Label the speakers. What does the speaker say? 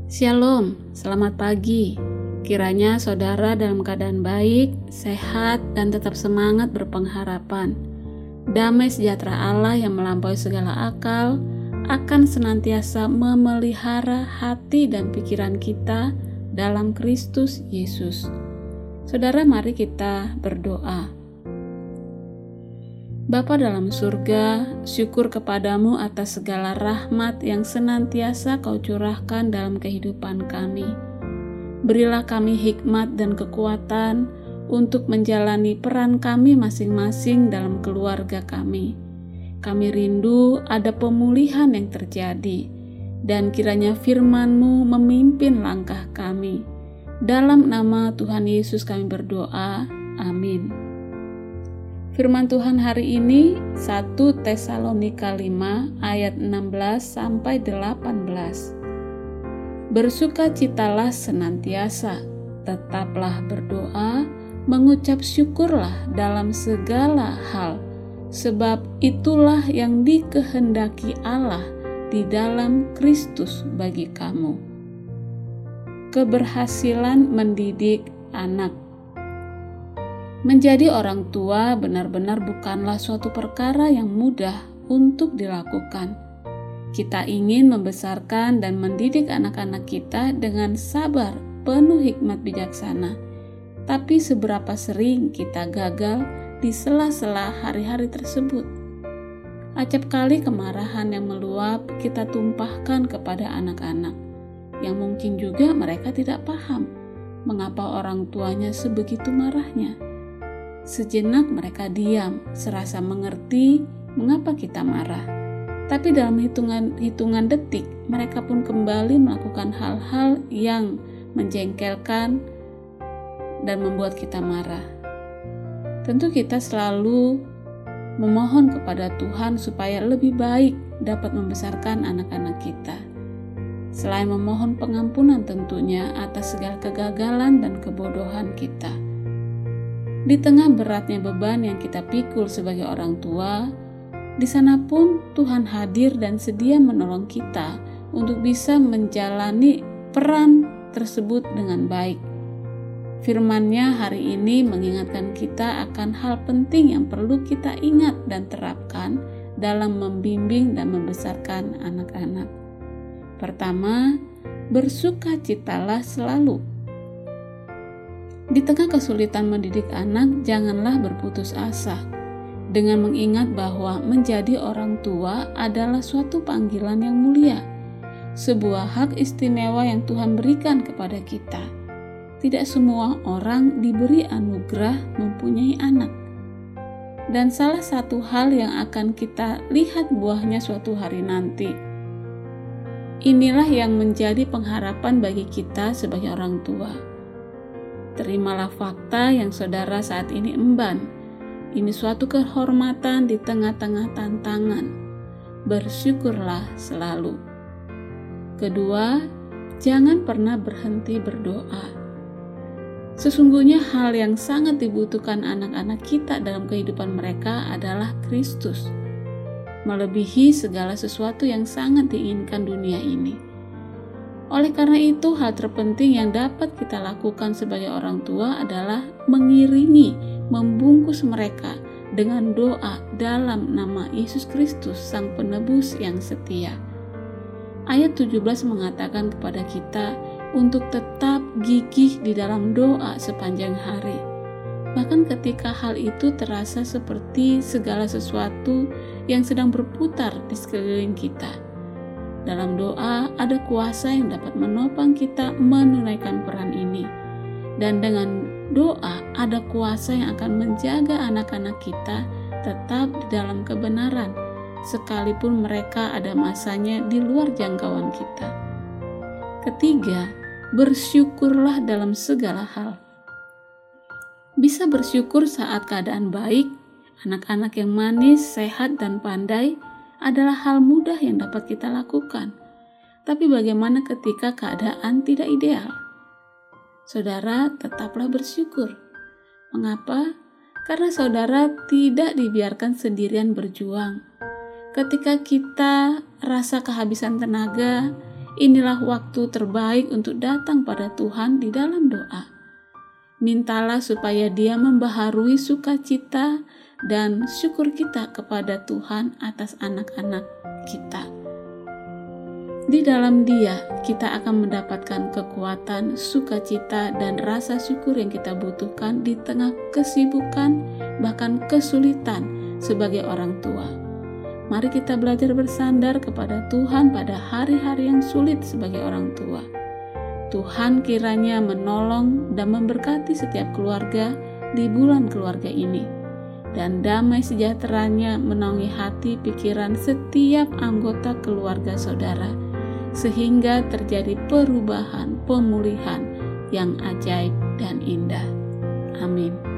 Speaker 1: Shalom, selamat pagi. Kiranya saudara dalam keadaan baik, sehat, dan tetap semangat berpengharapan. Damai sejahtera Allah yang melampaui segala akal akan senantiasa memelihara hati dan pikiran kita dalam Kristus Yesus. Saudara, mari kita berdoa. Bapa dalam surga, syukur kepadamu atas segala rahmat yang senantiasa Kau curahkan dalam kehidupan kami. Berilah kami hikmat dan kekuatan untuk menjalani peran kami masing-masing dalam keluarga kami. Kami rindu ada pemulihan yang terjadi, dan kiranya firman-Mu memimpin langkah kami. Dalam nama Tuhan Yesus kami berdoa, amin. Firman Tuhan hari ini 1 Tesalonika 5 ayat 16 sampai 18. Bersukacitalah senantiasa, tetaplah berdoa, mengucap syukurlah dalam segala hal, sebab itulah yang dikehendaki Allah di dalam Kristus bagi kamu. Keberhasilan mendidik anak. Menjadi orang tua benar-benar bukanlah suatu perkara yang mudah untuk dilakukan. Kita ingin membesarkan dan mendidik anak-anak kita dengan sabar, penuh hikmat bijaksana. Tapi seberapa sering kita gagal di sela-sela hari-hari tersebut. Acap kali kemarahan yang meluap kita tumpahkan kepada anak-anak, yang mungkin juga mereka tidak paham mengapa orang tuanya sebegitu marahnya. Sejenak mereka diam, serasa mengerti mengapa kita marah. Tapi dalam hitungan detik, mereka pun kembali melakukan hal-hal yang menjengkelkan dan membuat kita marah. Tentu kita selalu memohon kepada Tuhan supaya lebih baik dapat membesarkan anak-anak kita. Selain memohon pengampunan tentunya atas segala kegagalan dan kebodohan kita. Di tengah beratnya beban yang kita pikul sebagai orang tua, di sana pun Tuhan hadir dan sedia menolong kita untuk bisa menjalani peran tersebut dengan baik. Firman-Nya hari ini mengingatkan kita akan hal penting yang perlu kita ingat dan terapkan dalam membimbing dan membesarkan anak-anak. Pertama, bersukacitalah selalu. Di tengah kesulitan mendidik anak, janganlah berputus asa dengan mengingat bahwa menjadi orang tua adalah suatu panggilan yang mulia, sebuah hak istimewa yang Tuhan berikan kepada kita. Tidak semua orang diberi anugerah mempunyai anak. Dan salah satu hal yang akan kita lihat buahnya suatu hari nanti. Inilah yang menjadi pengharapan bagi kita sebagai orang tua. Terimalah fakta yang saudara saat ini emban. Ini suatu kehormatan di tengah-tengah tantangan. Bersyukurlah selalu. Kedua, jangan pernah berhenti berdoa. Sesungguhnya hal yang sangat dibutuhkan anak-anak kita dalam kehidupan mereka adalah Kristus, melebihi segala sesuatu yang sangat diinginkan dunia ini. Oleh karena itu, hal terpenting yang dapat kita lakukan sebagai orang tua adalah mengiringi, membungkus mereka dengan doa dalam nama Yesus Kristus, Sang Penebus yang setia. Ayat 17 mengatakan kepada kita untuk tetap gigih di dalam doa sepanjang hari. Bahkan ketika hal itu terasa seperti segala sesuatu yang sedang berputar di sekeliling kita. Dalam doa ada kuasa yang dapat menopang kita menunaikan peran ini. Dan dengan doa ada kuasa yang akan menjaga anak-anak kita tetap di dalam kebenaran, sekalipun mereka ada masanya di luar jangkauan kita. Ketiga, bersyukurlah dalam segala hal. Bisa bersyukur saat keadaan baik, anak-anak yang manis, sehat, dan pandai adalah hal mudah yang dapat kita lakukan. Tapi bagaimana ketika keadaan tidak ideal? Saudara, tetaplah bersyukur. Mengapa? Karena saudara tidak dibiarkan sendirian berjuang. Ketika kita rasa kehabisan tenaga, inilah waktu terbaik untuk datang pada Tuhan di dalam doa. Mintalah supaya Dia membaharui sukacita dan syukur kita kepada Tuhan atas anak-anak kita. Di dalam Dia, kita akan mendapatkan kekuatan, sukacita, dan rasa syukur yang kita butuhkan di tengah kesibukan, bahkan kesulitan sebagai orang tua. Mari kita belajar bersandar kepada Tuhan pada hari-hari yang sulit sebagai orang tua. Tuhan kiranya menolong dan memberkati setiap keluarga di bulan keluarga ini. Dan damai sejahteranya menaungi hati pikiran setiap anggota keluarga saudara, sehingga terjadi perubahan, pemulihan yang ajaib dan indah. Amin.